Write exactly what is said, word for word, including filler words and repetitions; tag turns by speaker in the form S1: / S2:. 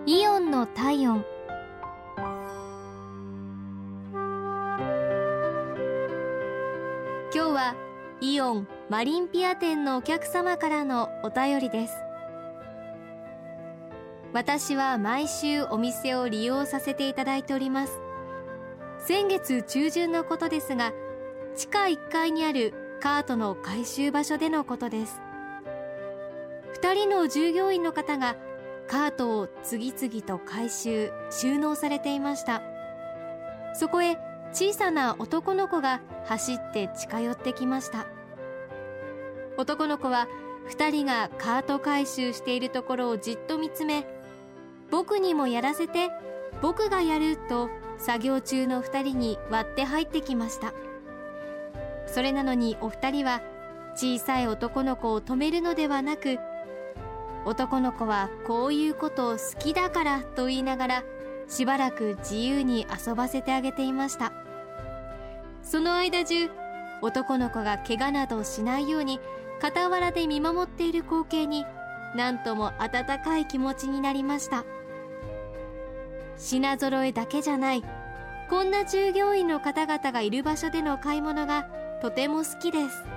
S1: イオンの体温。今日はイオンマリンピア店のお客様からのお便りです。私は毎週お店を利用させていただいております。先月中旬のことですが、地下いっかいにあるカートの回収場所でのことです。ふたりの従業員の方がカートを次々と回収収納されていました。そこへ小さな男の子が走って近寄ってきました。男の子はふたりがカート回収しているところをじっと見つめ、僕にもやらせて、僕がやると作業中のふたりに割って入ってきました。それなのにお二人は小さい男の子を止めるのではなく、男の子はこういうことを好きだからと言いながらしばらく自由に遊ばせてあげていました。その間中、男の子が怪我などしないように傍らで見守っている光景に何とも温かい気持ちになりました。品揃えだけじゃない、こんな従業員の方々がいる場所での買い物がとても好きです。